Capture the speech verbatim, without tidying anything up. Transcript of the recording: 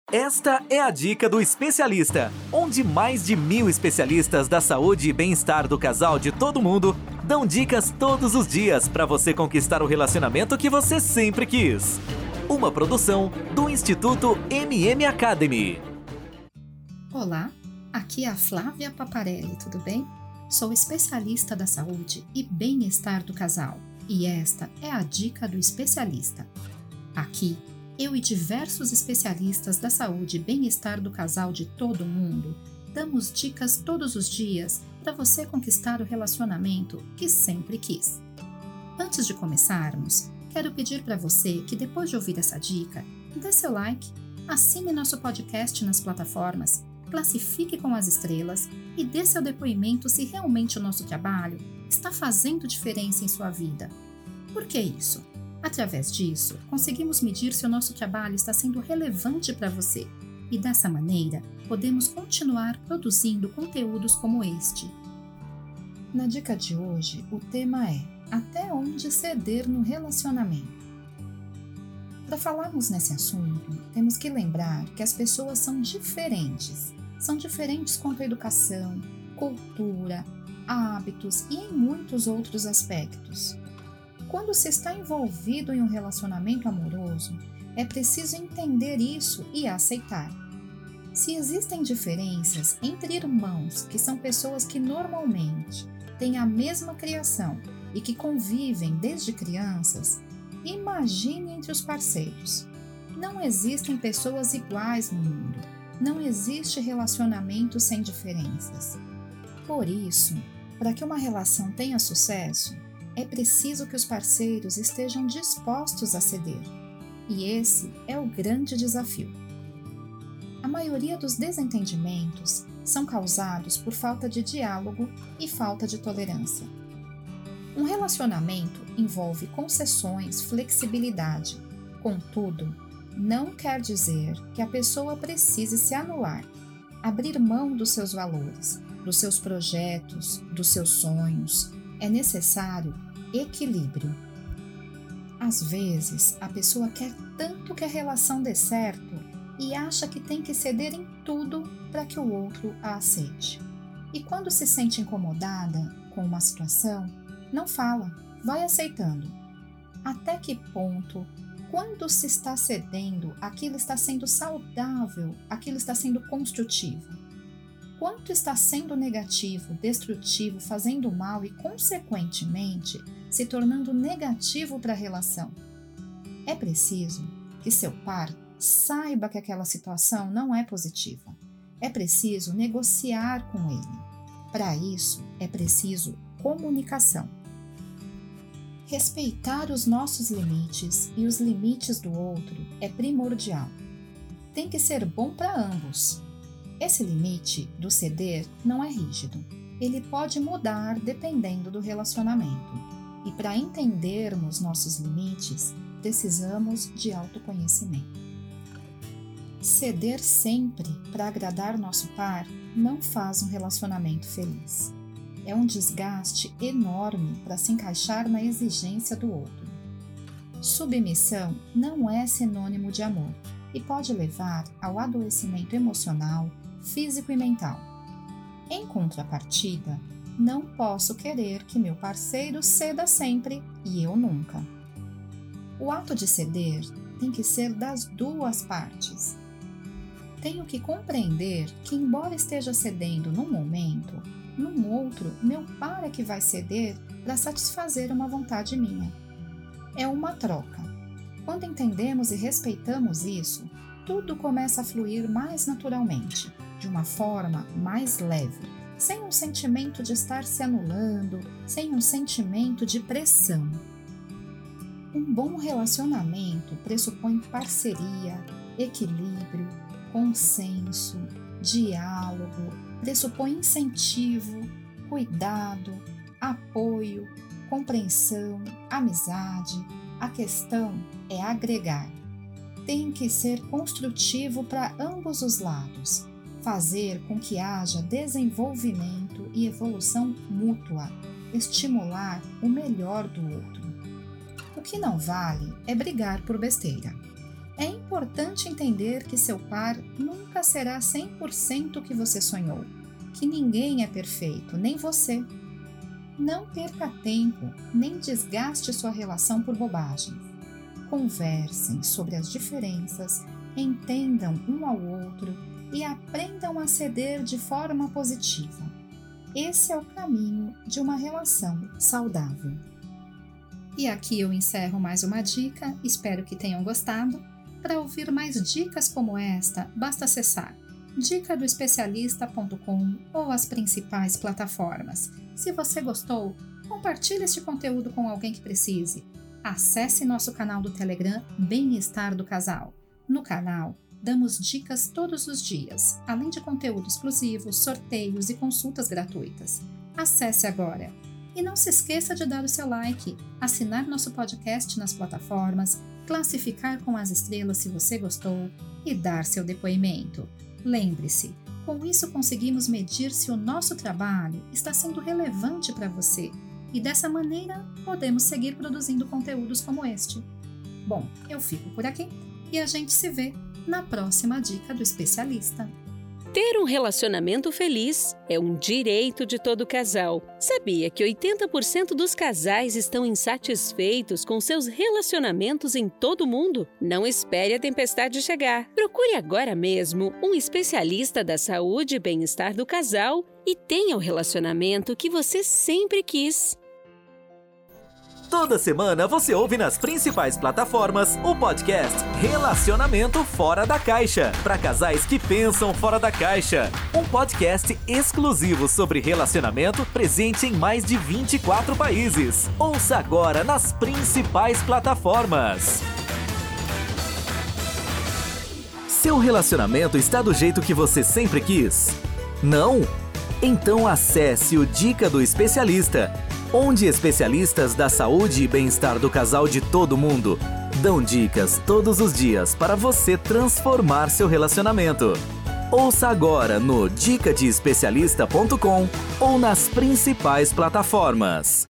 Esta é a dica do especialista, onde mais de mil especialistas da saúde e bem-estar do casal de todo mundo dão dicas todos os dias para você conquistar o relacionamento que você sempre quis. Uma produção do Instituto M M Academy. Olá, aqui é a Flávia Paparelli, tudo bem? Sou especialista da saúde e bem-estar do casal e esta é a dica do especialista. Aqui, eu e diversos especialistas da saúde e bem-estar do casal de todo mundo damos dicas todos os dias para você conquistar o relacionamento que sempre quis. Antes de começarmos, quero pedir para você que depois de ouvir essa dica, dê seu like, assine nosso podcast nas plataformas, classifique com as estrelas e dê seu depoimento se realmente o nosso trabalho está fazendo diferença em sua vida. Por que isso? Através disso, conseguimos medir se o nosso trabalho está sendo relevante para você e, dessa maneira, podemos continuar produzindo conteúdos como este. Na dica de hoje, o tema é até onde ceder no relacionamento. Para falarmos nesse assunto, temos que lembrar que as pessoas são diferentes. São diferentes quanto à educação, cultura, hábitos e em muitos outros aspectos. Quando se está envolvido em um relacionamento amoroso, é preciso entender isso e aceitar. Se existem diferenças entre irmãos, que são pessoas que normalmente têm a mesma criação e que convivem desde crianças, imagine entre os parceiros. Não existem pessoas iguais no mundo. Não existe relacionamento sem diferenças. Por isso, para que uma relação tenha sucesso, é preciso que os parceiros estejam dispostos a ceder. E esse é o grande desafio. A maioria dos desentendimentos são causados por falta de diálogo e falta de tolerância. Um relacionamento envolve concessões, flexibilidade. Contudo, não quer dizer que a pessoa precise se anular, abrir mão dos seus valores, dos seus projetos, dos seus sonhos. É necessário equilíbrio. Às vezes, a pessoa quer tanto que a relação dê certo e acha que tem que ceder em tudo para que o outro a aceite. E quando se sente incomodada com uma situação, não fala, vai aceitando. Até que ponto, quando se está cedendo, aquilo está sendo saudável, aquilo está sendo construtivo? Quanto está sendo negativo, destrutivo, fazendo mal e, consequentemente, se tornando negativo para a relação? É preciso que seu par saiba que aquela situação não é positiva. É preciso negociar com ele. Para isso, é preciso comunicação. Respeitar os nossos limites e os limites do outro é primordial. Tem que ser bom para ambos. Esse limite do ceder não é rígido. Ele pode mudar dependendo do relacionamento. E para entendermos nossos limites, precisamos de autoconhecimento. Ceder sempre para agradar nosso par não faz um relacionamento feliz. É um desgaste enorme para se encaixar na exigência do outro. Submissão não é sinônimo de amor e pode levar ao adoecimento emocional, físico e mental. Em contrapartida, não posso querer que meu parceiro ceda sempre e eu nunca. O ato de ceder tem que ser das duas partes. Tenho que compreender que, embora esteja cedendo num momento, num outro, meu par é que vai ceder para satisfazer uma vontade minha. É uma troca. Quando entendemos e respeitamos isso, tudo começa a fluir mais naturalmente, de uma forma mais leve, sem um sentimento de estar se anulando, sem um sentimento de pressão. Um bom relacionamento pressupõe parceria, equilíbrio, consenso, diálogo, pressupõe incentivo, cuidado, apoio, compreensão, amizade. A questão é agregar. Tem que ser construtivo para ambos os lados, fazer com que haja desenvolvimento e evolução mútua, estimular o melhor do outro. O que não vale é brigar por besteira. É importante entender que seu par nunca será cem por cento o que você sonhou, que ninguém é perfeito, nem você. Não perca tempo, nem desgaste sua relação por bobagens. Conversem sobre as diferenças, entendam um ao outro e aprendam a ceder de forma positiva. Esse é o caminho de uma relação saudável. E aqui eu encerro mais uma dica, espero que tenham gostado. Para ouvir mais dicas como esta, basta acessar dica do especialista ponto com ou as principais plataformas. Se você gostou, compartilhe este conteúdo com alguém que precise. Acesse nosso canal do Telegram Bem-Estar do Casal. No canal, damos dicas todos os dias, além de conteúdo exclusivo, sorteios e consultas gratuitas. Acesse agora! E não se esqueça de dar o seu like, assinar nosso podcast nas plataformas, classificar com as estrelas se você gostou e dar seu depoimento. Lembre-se, com isso conseguimos medir se o nosso trabalho está sendo relevante para você e dessa maneira podemos seguir produzindo conteúdos como este. Bom, eu fico por aqui e a gente se vê na próxima Dica do Especialista. Ter um relacionamento feliz é um direito de todo casal. Sabia que oitenta por cento dos casais estão insatisfeitos com seus relacionamentos em todo o mundo? Não espere a tempestade chegar. Procure agora mesmo um especialista da saúde e bem-estar do casal e tenha o relacionamento que você sempre quis. Toda semana você ouve nas principais plataformas o podcast Relacionamento Fora da Caixa, para casais que pensam fora da caixa. Um podcast exclusivo sobre relacionamento presente em mais de vinte e quatro países. Ouça agora nas principais plataformas. Seu relacionamento está do jeito que você sempre quis? Não? Então acesse o Dica do Especialista, onde especialistas da saúde e bem-estar do casal de todo mundo dão dicas todos os dias para você transformar seu relacionamento. Ouça agora no dica de especialista ponto com ou nas principais plataformas.